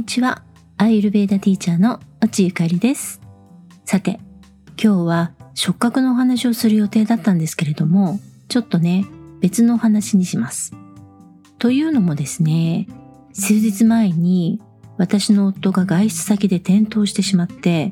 にちは。アーユルヴェーダティーチャーの越智ゆかりです。さて、今日は触覚のお話をする予定だったんですけれども、ちょっとね、別のお話にします。というのもですね、数日前に私の夫が外出先で転倒してしまって、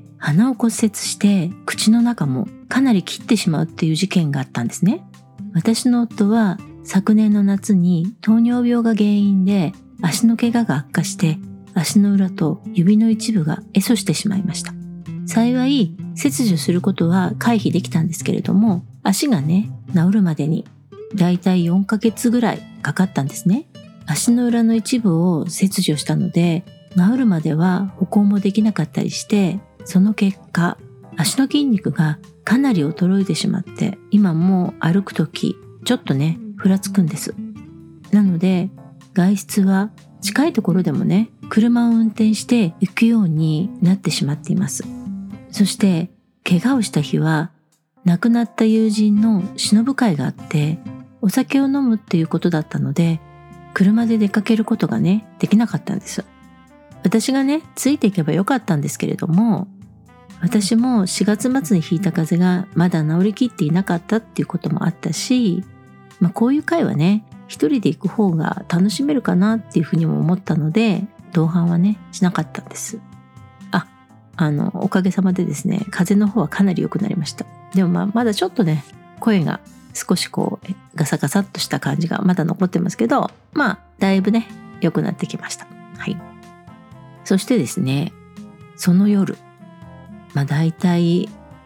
鼻を骨折して口の中もかなり切ってしまうっていう事件があったんですね。私の夫は昨年の夏に糖尿病が原因で足の怪我が悪化して足の裏と指の一部が壊損してしまいました。幸い切除することは回避できたんですけれども、足がね治るまでにだいたい4ヶ月ぐらいかかったんですね。足の裏の一部を切除したので治るまでは歩行もできなかったりして、その結果足の筋肉がかなり衰えてしまって、今も歩くときちょっとねふらつくんです。なので外出は近いところでもね車を運転して行くようになってしまっています。そして怪我をした日は亡くなった友人の偲ぶ会があってお酒を飲むっていうことだったので、車で出かけることがねできなかったんです。私がねついていけばよかったんですけれども、私も4月末にひいた風邪がまだ治りきっていなかったっていうこともあったし、こういう会はね一人で行く方が楽しめるかなっていうふうにも思ったので同伴はねしなかったんです。おかげさまでですね、風邪の方はかなり良くなりました。でもまだちょっとね声が少しガサガサっとした感じがまだ残ってますけど、だいぶね良くなってきました。はい。そしてですね、その夜だいたい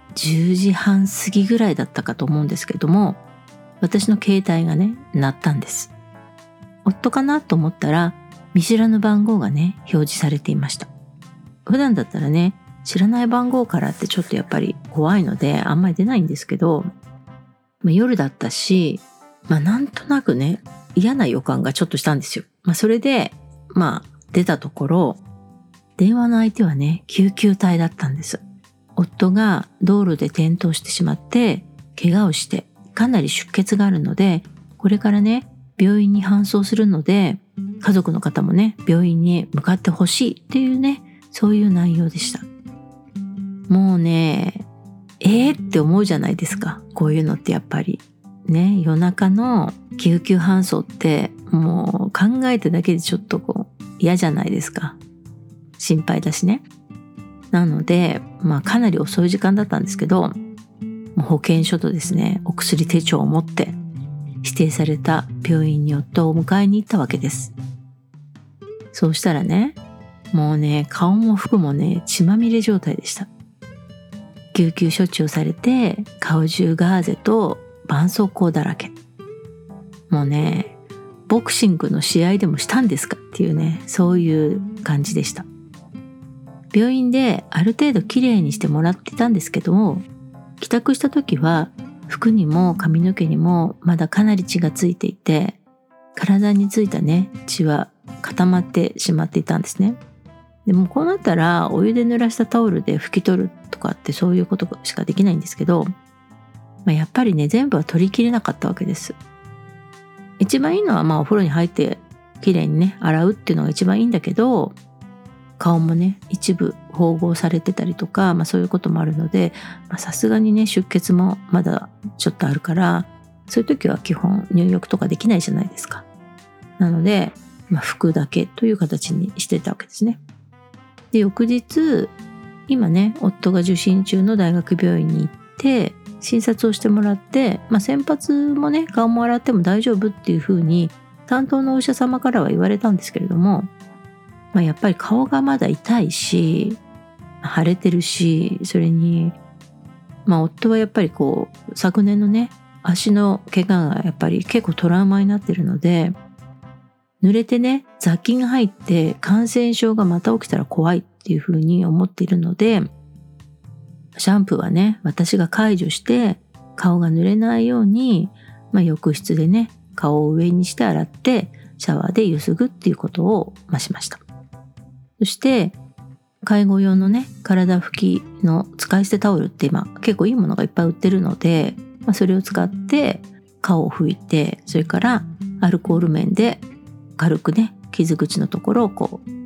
10時半過ぎぐらいだったかと思うんですけども、私の携帯がね鳴ったんです。夫かなと思ったら見知らぬ番号がね表示されていました。普段だったらね知らない番号からってちょっとやっぱり怖いのであんまり出ないんですけど、夜だったし、なんとなくね嫌な予感がちょっとしたんですよ。それで出たところ、電話の相手はね救急隊だったんです。夫が道路で転倒してしまって怪我をしてかなり出血があるので、これからね病院に搬送するので家族の方もね病院に向かってほしいっていうね、そういう内容でした。もうねって思うじゃないですか。こういうのってやっぱりね、夜中の救急搬送ってもう考えただけでちょっと嫌じゃないですか。心配だしね。なのでかなり遅い時間だったんですけど、保険証とですねお薬手帳を持って指定された病院に夫を迎えに行ったわけです。そうしたらね、もうね顔も服もね血まみれ状態でした。救急処置をされて顔中ガーゼと絆創膏だらけ。もうねボクシングの試合でもしたんですかっていうね、そういう感じでした。病院である程度きれいにしてもらってたんですけども、帰宅した時は服にも髪の毛にもまだかなり血がついていて、体についたね血は固まってしまっていたんですね。でもこうなったらお湯で濡らしたタオルで拭き取るとかってそういうことしかできないんですけど、やっぱりね全部は取りきれなかったわけです。一番いいのはお風呂に入ってきれいにね洗うっていうのが一番いいんだけど、顔もね一部縫合されてたりとか、そういうこともあるので、さすがにね出血もまだちょっとあるから、そういう時は基本入浴とかできないじゃないですか。なので、服だけという形にしてたわけですね。で翌日、今ね夫が受診中の大学病院に行って診察をしてもらって、先発もね顔も洗っても大丈夫っていう風に担当のお医者様からは言われたんですけれども、やっぱり顔がまだ痛いし腫れてるし、それに夫はやっぱり昨年のね足の怪我がやっぱり結構トラウマになってるので、濡れてね雑菌が入って感染症がまた起きたら怖いっていうふうに思っているので、シャンプーはね私が介助して顔が濡れないように、浴室でね顔を上にして洗ってシャワーでゆすぐっていうことをしました。そして介護用のね体拭きの使い捨てタオルって今結構いいものがいっぱい売ってるので、それを使って顔を拭いて、それからアルコール綿で軽くね傷口のところを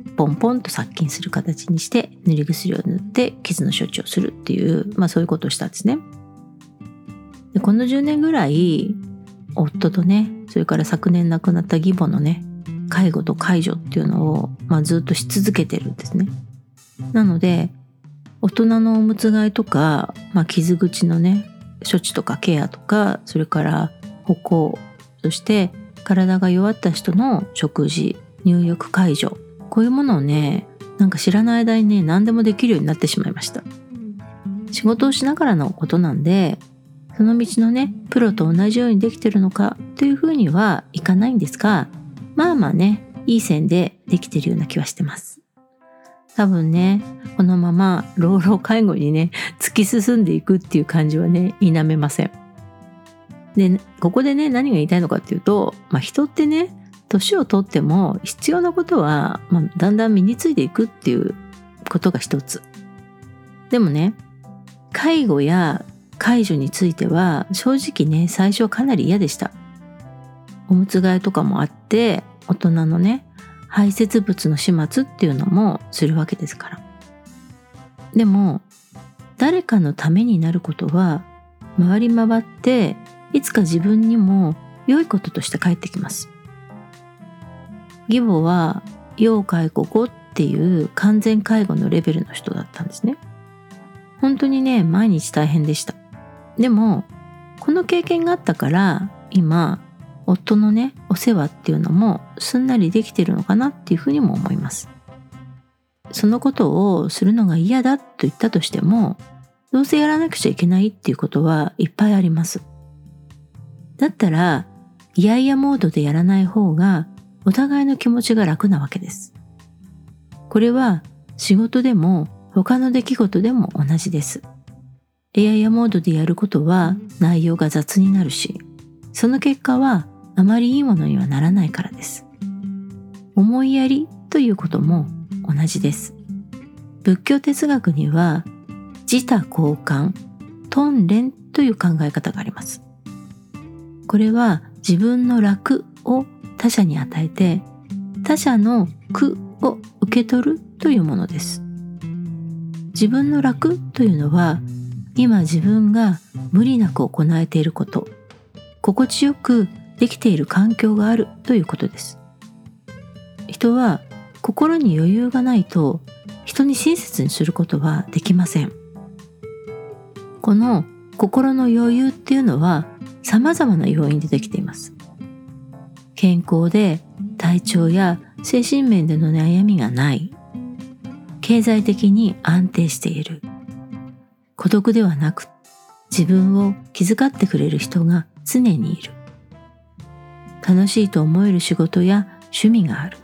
ポンポンと殺菌する形にして塗り薬を塗って傷の処置をするっていう、そういうことをしたんですね。でこの10年ぐらい夫とね、それから昨年亡くなった義母のね、介護と介助っていうのを、ずっとし続けてるんですね。なので大人のおむつ替えとか、傷口のね処置とかケアとか、それから歩行、そして体が弱った人の食事、入浴介助、こういうものをね、知らない間にね、何でもできるようになってしまいました。仕事をしながらのことなんで、その道のね、プロと同じようにできてるのかというふうにはいかないんですが、ね、いい線でできてるような気はしてます。多分ね、このまま老老介護にね、突き進んでいくっていう感じはね、否めません。で、ここでね、何が言いたいのかっていうと、人ってね、年をとっても必要なことは、だんだん身についていくっていうことが一つ。でもね、介護や介助については正直ね、最初はかなり嫌でした。おむつ替えとかもあって、大人のね、排泄物の始末っていうのもするわけですから。でも誰かのためになることは回り回っていつか自分にも良いこととして返ってきます。義母は要介護5っていう完全介護のレベルの人だったんですね。本当にね、毎日大変でした。でもこの経験があったから今夫のね、お世話っていうのもすんなりできてるのかなっていうふうにも思います。そのことをするのが嫌だと言ったとしても、どうせやらなくちゃいけないっていうことはいっぱいあります。だったらイヤイヤモードでやらない方がお互いの気持ちが楽なわけです。これは仕事でも他の出来事でも同じです。イヤイヤモードでやることは内容が雑になるし、その結果はあまりいいものにはならないからです。思いやりということも同じです。仏教哲学には自他交換、頓練という考え方があります。これは自分の楽を他者に与えて、他者の苦を受け取るというものです。自分の楽というのは、今自分が無理なく行えていること、心地よくできている環境があるということです。人は心に余裕がないと人に親切にすることはできません。この心の余裕っていうのは様々な要因でできています。健康で体調や精神面での悩みがない、経済的に安定している、孤独ではなく自分を気遣ってくれる人が常にいる、楽しいと思える仕事や趣味がある。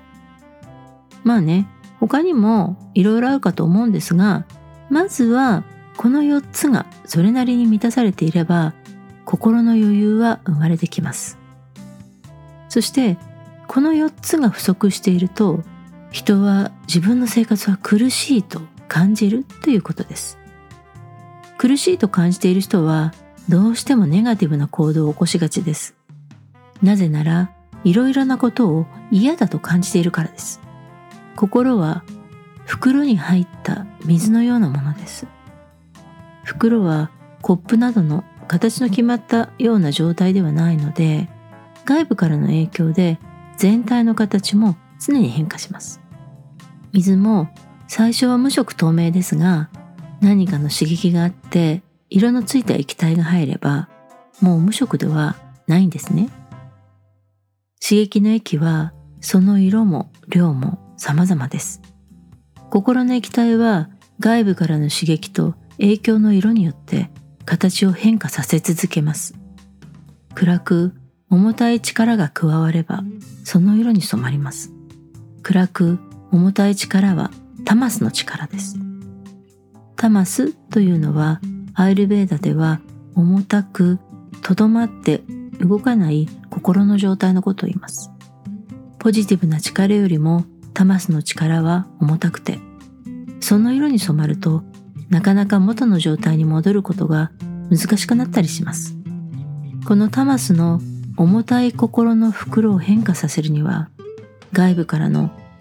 他にもいろいろあるかと思うんですが、まずはこの4つがそれなりに満たされていれば、心の余裕は生まれてきます。そしてこの4つが不足していると、人は自分の生活は苦しいと感じるということです。苦しいと感じている人はどうしてもネガティブな行動を起こしがちです。なぜなら、いろいろなことを嫌だと感じているからです。心は袋に入った水のようなものです。袋はコップなどの形の決まったような状態ではないので、外部からの影響で全体の形も常に変化します。水も最初は無色透明ですが、何かの刺激があって色のついた液体が入れば、もう無色ではないんですね。刺激の液はその色も量も様々です。心の液体は外部からの刺激と影響の色によって形を変化させ続けます。暗く重たい力が加わればその色に染まります。暗く重たい力はタマスの力です。タマスというのはアーユルヴェーダでは重たくとどまって動かない心の状態のことを言います。ポジティブな力よりもタマスの力は重たくて、その色に染まるとなかなか元の状態に戻ることが難しくなったりします。このタマスの重たい心の袋を変化させるには、外部からの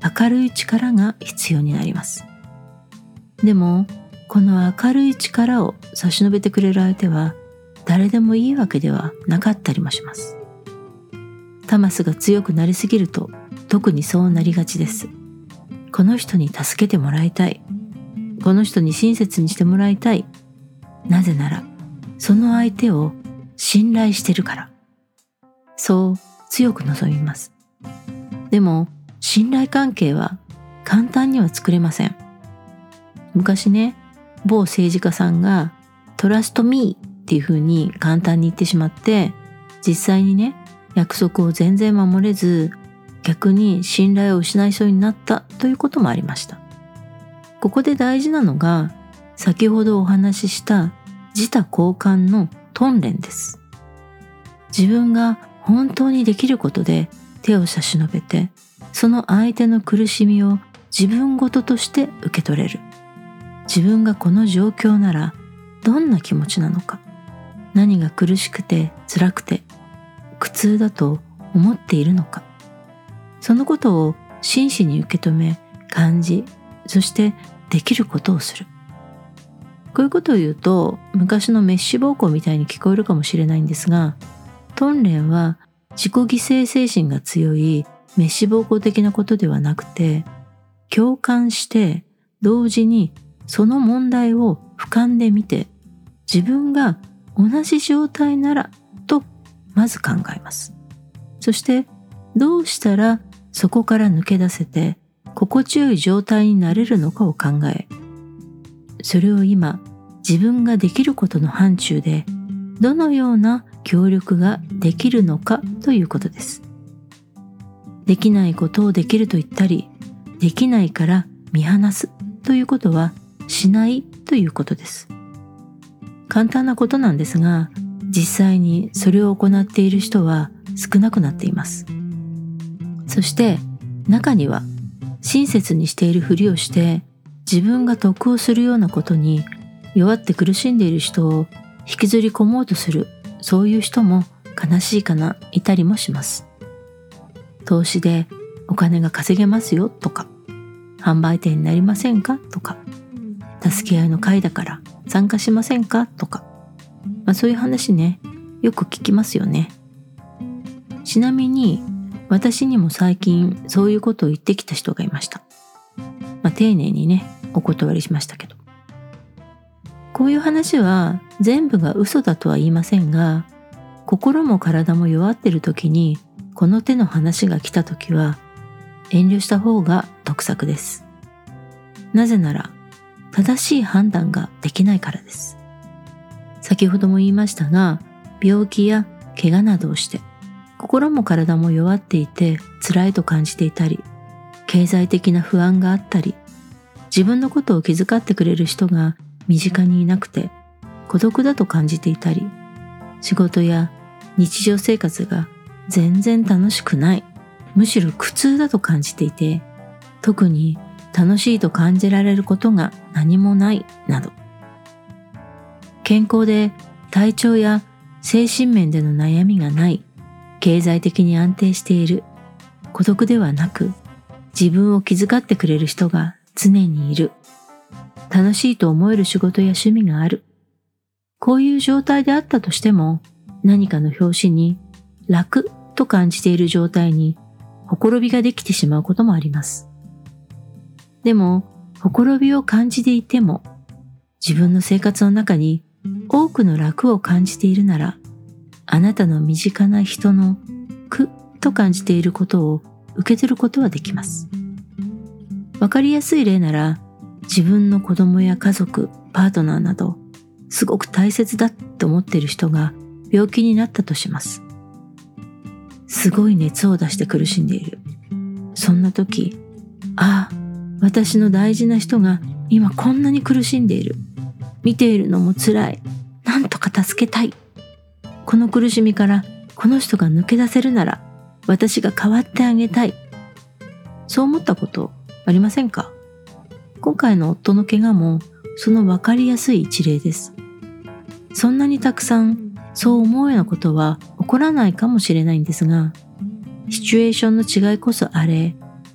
明るい力が必要になります。でもこの明るい力を差し伸べてくれる相手は誰でもいいわけではなかったりもします。タマスが強くなりすぎると特にそうなりがちです。この人に助けてもらいたい。この人に親切にしてもらいたい。なぜならその相手を信頼してるから。そう強く望みます。でも信頼関係は簡単には作れません。昔ね、某政治家さんがトラストミーっていう風に簡単に言ってしまって、実際にね、約束を全然守れず、逆に信頼を失いそうになったということもありました。ここで大事なのが、先ほどお話しした自他交換の鍛錬です。自分が本当にできることで手を差し伸べて、その相手の苦しみを自分ごととして受け取れる。自分がこの状況ならどんな気持ちなのか、何が苦しくて辛くて苦痛だと思っているのか、そのことを真摯に受け止め感じ、そしてできることをする。こういうことを言うと昔のメッシュ暴行みたいに聞こえるかもしれないんですが、鍛錬は自己犠牲精神が強いメッシュ暴行的なことではなくて、共感して同時にその問題を俯瞰で見て、自分が同じ状態ならとまず考えます。そしてどうしたらそこから抜け出せて心地よい状態になれるのかを考え、それを今自分ができることの範疇でどのような協力ができるのかということです。できないことをできると言ったり、できないから見放すということはしないということです。簡単なことなんですが、実際にそれを行っている人は少なくなっています。そして中には親切にしているふりをして自分が得をするようなことに弱って苦しんでいる人を引きずり込もうとする、そういう人も悲しいかないたりもします。投資でお金が稼げますよとか、販売店になりませんかとか、助け合いの会だから参加しませんかとか、そういう話ね、よく聞きますよね。ちなみに私にも最近そういうことを言ってきた人がいました。丁寧にね、お断りしましたけど。こういう話は全部が嘘だとは言いませんが、心も体も弱っている時にこの手の話が来た時は遠慮した方が得策です。なぜなら正しい判断ができないからです。先ほども言いましたが、病気や怪我などをして心も体も弱っていて辛いと感じていたり、経済的な不安があったり、自分のことを気遣ってくれる人が身近にいなくて孤独だと感じていたり、仕事や日常生活が全然楽しくない、むしろ苦痛だと感じていて、特に楽しいと感じられることが何もないなど、健康で体調や精神面での悩みがない、経済的に安定している、孤独ではなく自分を気遣ってくれる人が常にいる、楽しいと思える仕事や趣味がある、こういう状態であったとしても、何かの拍子に楽と感じている状態にほころびができてしまうこともあります。でもほころびを感じていても、自分の生活の中に多くの楽を感じているなら、あなたの身近な人の苦と感じていることを受け取ることはできます。わかりやすい例なら、自分の子供や家族、パートナーなどすごく大切だと思っている人が病気になったとします。すごい熱を出して苦しんでいる。そんな時、ああ、私の大事な人が今こんなに苦しんでいる。見ているのも辛い。なんとか助けたい。この苦しみからこの人が抜け出せるなら私が変わってあげたい。そう思ったことありませんか？今回の夫の怪我もその分かりやすい一例です。そんなにたくさんそう思うようなことは起こらないかもしれないんですが、シチュエーションの違いこそあれ、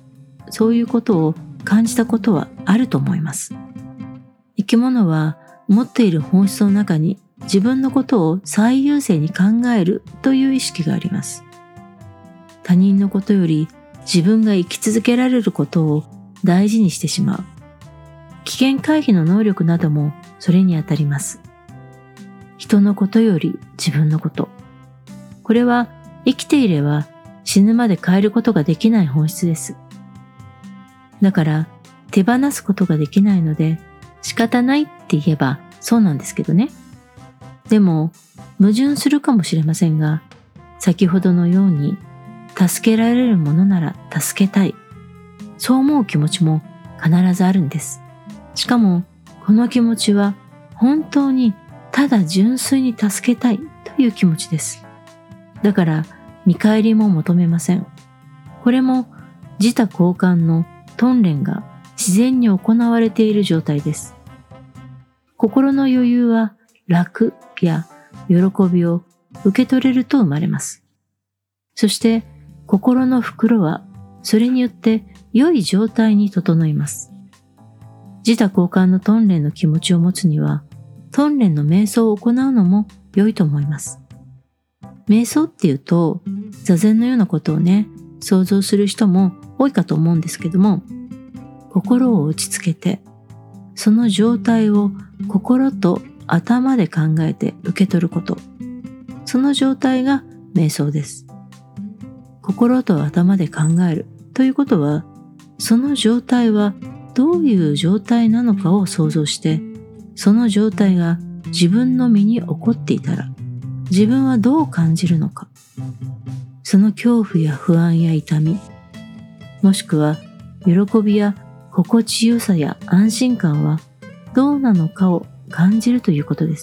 そういうことを感じたことはあると思います。生き物は持っている本質の中に自分のことを最優先に考えるという意識があります。他人のことより自分が生き続けられることを大事にしてしまう。危険回避の能力などもそれにあたります。人のことより自分のこと。これは生きていれば死ぬまで変えることができない本質です。だから手放すことができないので仕方ないって言えばそうなんですけどね。でも矛盾するかもしれませんが、先ほどのように助けられるものなら助けたい。そう思う気持ちも必ずあるんです。しかもこの気持ちは本当にただ純粋に助けたいという気持ちです。だから見返りも求めません。これも自他交換の鍛錬が自然に行われている状態です。心の余裕は楽や喜びを受け取れると生まれます。そして心の袋はそれによって良い状態に整います。自他交換の鍛錬の気持ちを持つには、鍛錬の瞑想を行うのも良いと思います。瞑想っていうと、座禅のようなことをね、想像する人も多いかと思うんですけども、心を落ち着けて、その状態を心と頭で考えて受け取ること。その状態が瞑想です。心と頭で考えるということは、その状態はどういう状態なのかを想像して、その状態が自分の身に起こっていたら、自分はどう感じるのか。その恐怖や不安や痛み、もしくは喜びや心地よさや安心感はどうなのかを感じるということです。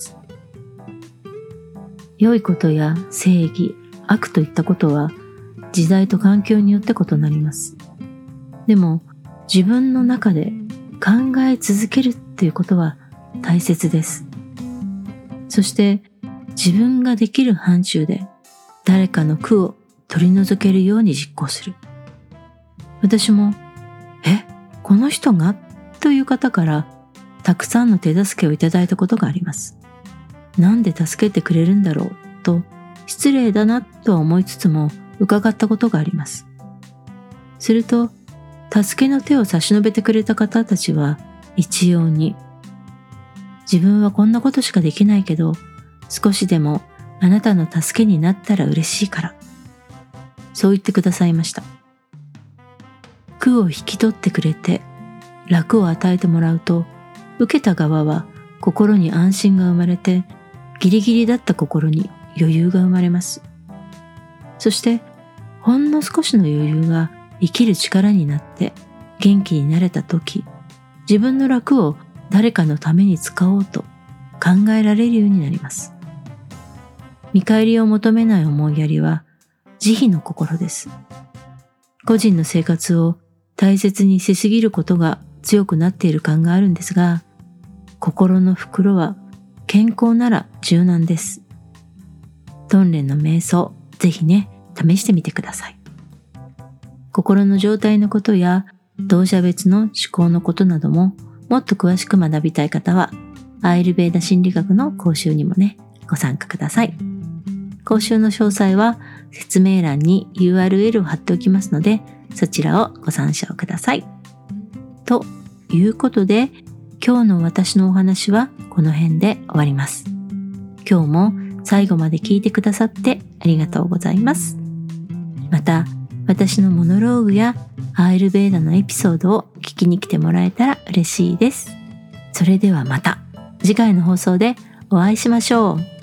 良いことや正義、悪といったことは時代と環境によって異なります。でも自分の中で考え続けるということは大切です。そして自分ができる範疇で誰かの苦を取り除けるように実行する。私も、この人がという方からたくさんの手助けをいただいたことがあります。なんで助けてくれるんだろうと失礼だなとは思いつつも伺ったことがあります。すると、助けの手を差し伸べてくれた方たちは一様に、自分はこんなことしかできないけど、少しでもあなたの助けになったら嬉しいから、そう言ってくださいました。苦を引き取ってくれて楽を与えてもらうと、受けた側は心に安心が生まれて、ギリギリだった心に余裕が生まれます。そしてほんの少しの余裕が生きる力になって元気になれたとき、自分の楽を誰かのために使おうと考えられるようになります。見返りを求めない思いやりは慈悲の心です。個人の生活を大切にしすぎることが強くなっている感があるんですが、心の袋は健康なら柔軟です。鍛錬の瞑想、ぜひね、試してみてください。心の状態のことや同社別の思考のことなどももっと詳しく学びたい方は、アーユルヴェーダ心理学の講習にもね、ご参加ください。講習の詳細は説明欄に URL を貼っておきますので、そちらをご参照ください。ということで、今日の私のお話はこの辺で終わります。今日も最後まで聞いてくださってありがとうございます。また、私のモノローグやアーユルヴェーダのエピソードを聞きに来てもらえたら嬉しいです。それではまた次回の放送でお会いしましょう。